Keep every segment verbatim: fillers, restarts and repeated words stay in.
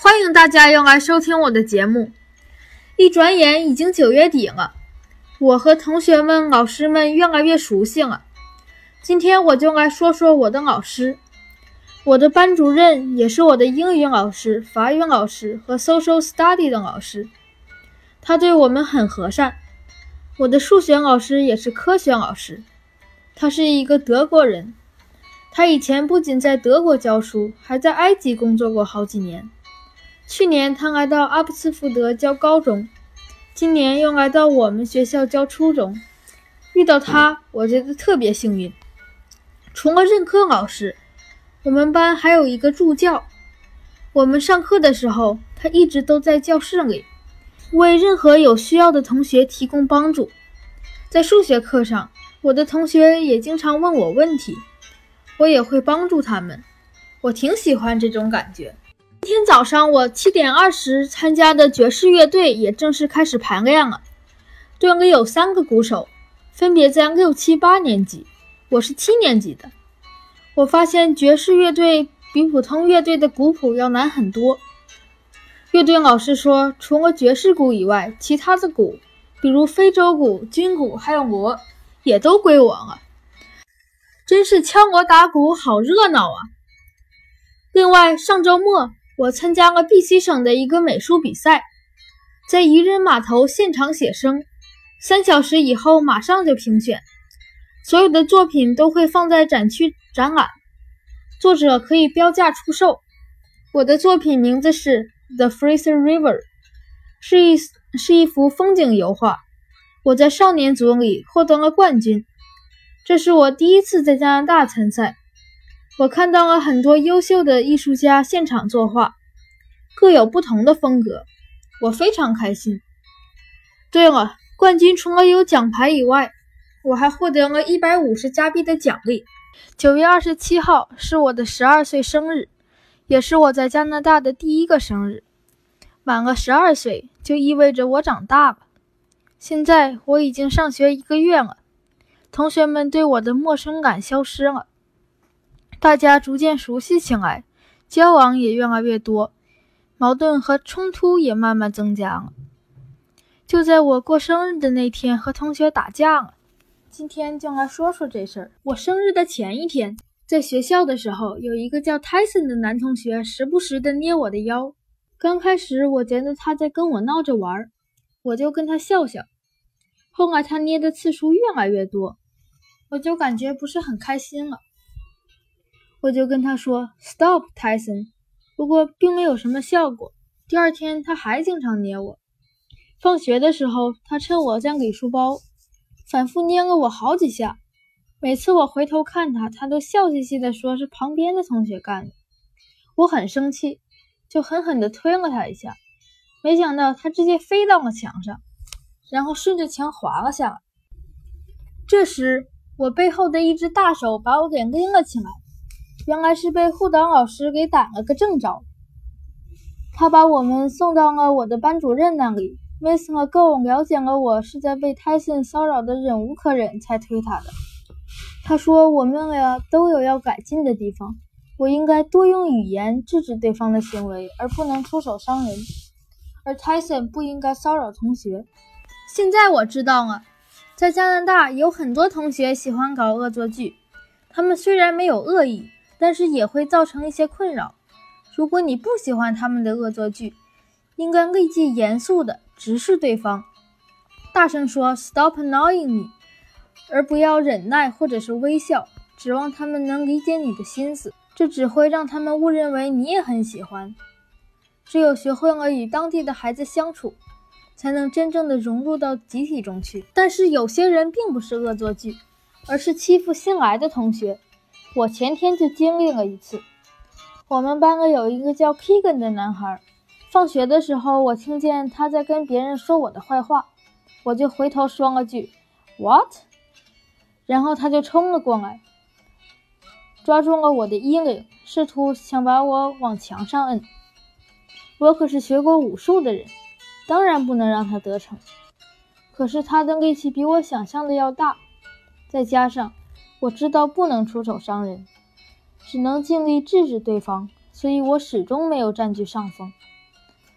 欢迎大家又来收听我的节目。一转眼已经九月底了，我和同学们、老师们越来越熟悉了。今天我就来说说我的老师。我的班主任也是我的英语老师、法语老师和 Social Study 的老师，他对我们很和善。我的数学老师也是科学老师，他是一个德国人。他以前不仅在德国教书，还在埃及工作过好几年。去年他来到阿布茨福德教高中，今年又来到我们学校教初中。遇到他，我觉得特别幸运。除了任课老师，我们班还有一个助教。我们上课的时候，他一直都在教室里，为任何有需要的同学提供帮助。在数学课上，我的同学也经常问我问题，我也会帮助他们。我挺喜欢这种感觉。今天早上我七点二十参加的爵士乐队也正式开始排练了。队里有三个鼓手，分别在六七八年级，我是七年级的。我发现爵士乐队比普通乐队的鼓谱要难很多。乐队老师说，除了爵士鼓以外，其他的鼓，比如非洲鼓、军鼓还有锣，也都归我了。真是敲锣打鼓好热闹啊！另外，上周末我参加了 B C 省的一个美术比赛，在渔人码头现场写生，三小时以后马上就评选，所有的作品都会放在展区展览，作者可以标价出售。我的作品名字是 The Fraser River， 是一是一幅风景油画，我在少年组里获得了冠军。这是我第一次在加拿大参赛，我看到了很多优秀的艺术家现场作画，各有不同的风格，我非常开心。对了，冠军除了有奖牌以外，我还获得了一百五十加币的奖励。九月二十七号是我的十二岁生日，也是我在加拿大的第一个生日。满了十二岁就意味着我长大了。现在我已经上学一个月了，同学们对我的陌生感消失了，大家逐渐熟悉起来，交往也越来越多，矛盾和冲突也慢慢增加了。就在我过生日的那天和同学打架了，今天就来说说这事儿。我生日的前一天，在学校的时候，有一个叫 Tyson 的男同学时不时地捏我的腰。刚开始我觉得他在跟我闹着玩，我就跟他笑笑。后来他捏的次数越来越多，我就感觉不是很开心了。我就跟他说 Stop Tyson， 不过并没有什么效果。第二天他还经常捏我。放学的时候，他趁我在理书包，反复捏了我好几下。每次我回头看他，他都笑嘻嘻地说是旁边的同学干的。我很生气，就狠狠地推了他一下，没想到他直接飞到了墙上，然后顺着墙滑了下来。这时我背后的一只大手把我给拎了起来，原来是被护导老师给打了个正着。他把我们送到了我的班主任那里， Miss McGo 了解了我是在被 Tyson 骚扰的忍无可忍才推他的。他说我们俩都有要改进的地方，我应该多用语言制止对方的行为，而不能出手伤人，而 Tyson 不应该骚扰同学。现在我知道了，在加拿大有很多同学喜欢搞恶作剧，他们虽然没有恶意，但是也会造成一些困扰。如果你不喜欢他们的恶作剧，应该立即严肃地直视对方，大声说 Stop annoying me， 而不要忍耐或者是微笑，指望他们能理解你的心思，这只会让他们误认为你也很喜欢。只有学会了与当地的孩子相处，才能真正的融入到集体中去。但是有些人并不是恶作剧，而是欺负新来的同学。我前天就经历了一次。我们班里有一个叫 Keegan 的男孩，放学的时候我听见他在跟别人说我的坏话，我就回头说了句 What？ 然后他就冲了过来，抓住了我的衣领，试图想把我往墙上摁。我可是学过武术的人，当然不能让他得逞。可是他的力气比我想象的要大，再加上我知道不能出手伤人，只能尽力制止对方，所以我始终没有占据上风。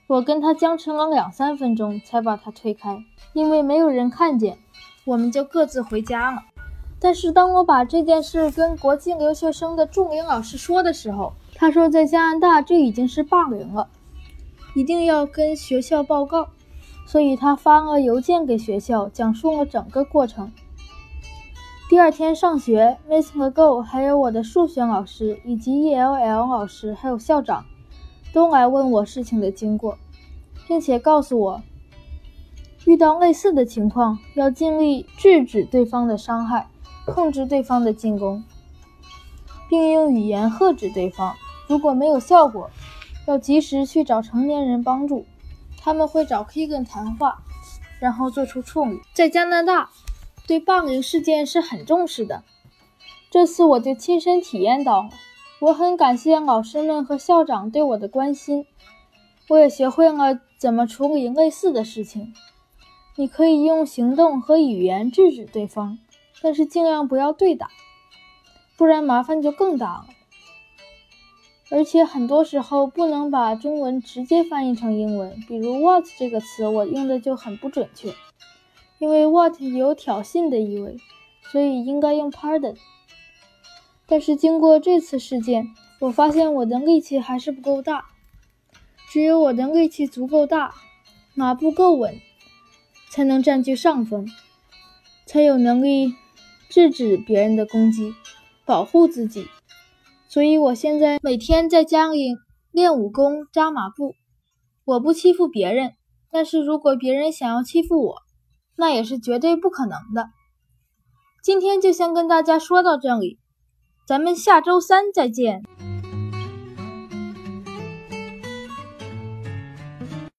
我跟他僵持了两三分钟才把他推开，因为没有人看见，我们就各自回家了。但是当我把这件事跟国际留学生的助理老师说的时候，他说在加拿大这已经是霸凌了，一定要跟学校报告，所以他发了邮件给学校，讲述了整个过程。第二天上学 ，Miss McGo 还有我的数学老师以及 E L L 老师还有校长都来问我事情的经过，并且告诉我遇到类似的情况要尽力制止对方的伤害，控制对方的进攻，并用语言呵止对方。如果没有效果，要及时去找成年人帮助，他们会找 Keegan 谈话，然后做出处理。在加拿大，对霸凌事件是很重视的，这次我就亲身体验到了。我很感谢老师们和校长对我的关心，我也学会了怎么处理类似的事情。你可以用行动和语言制止对方，但是尽量不要对打，不然麻烦就更大了。而且很多时候不能把中文直接翻译成英文，比如 what 这个词我用的就很不准确，因为 what 有挑衅的意味，所以应该用 pardon。 但是经过这次事件，我发现我的力气还是不够大，只有我的力气足够大，马步够稳，才能占据上风，才有能力制止别人的攻击，保护自己。所以我现在每天在家里练武功扎马步。我不欺负别人，但是如果别人想要欺负我，那也是绝对不可能的。今天就先跟大家说到这里，咱们下周三再见。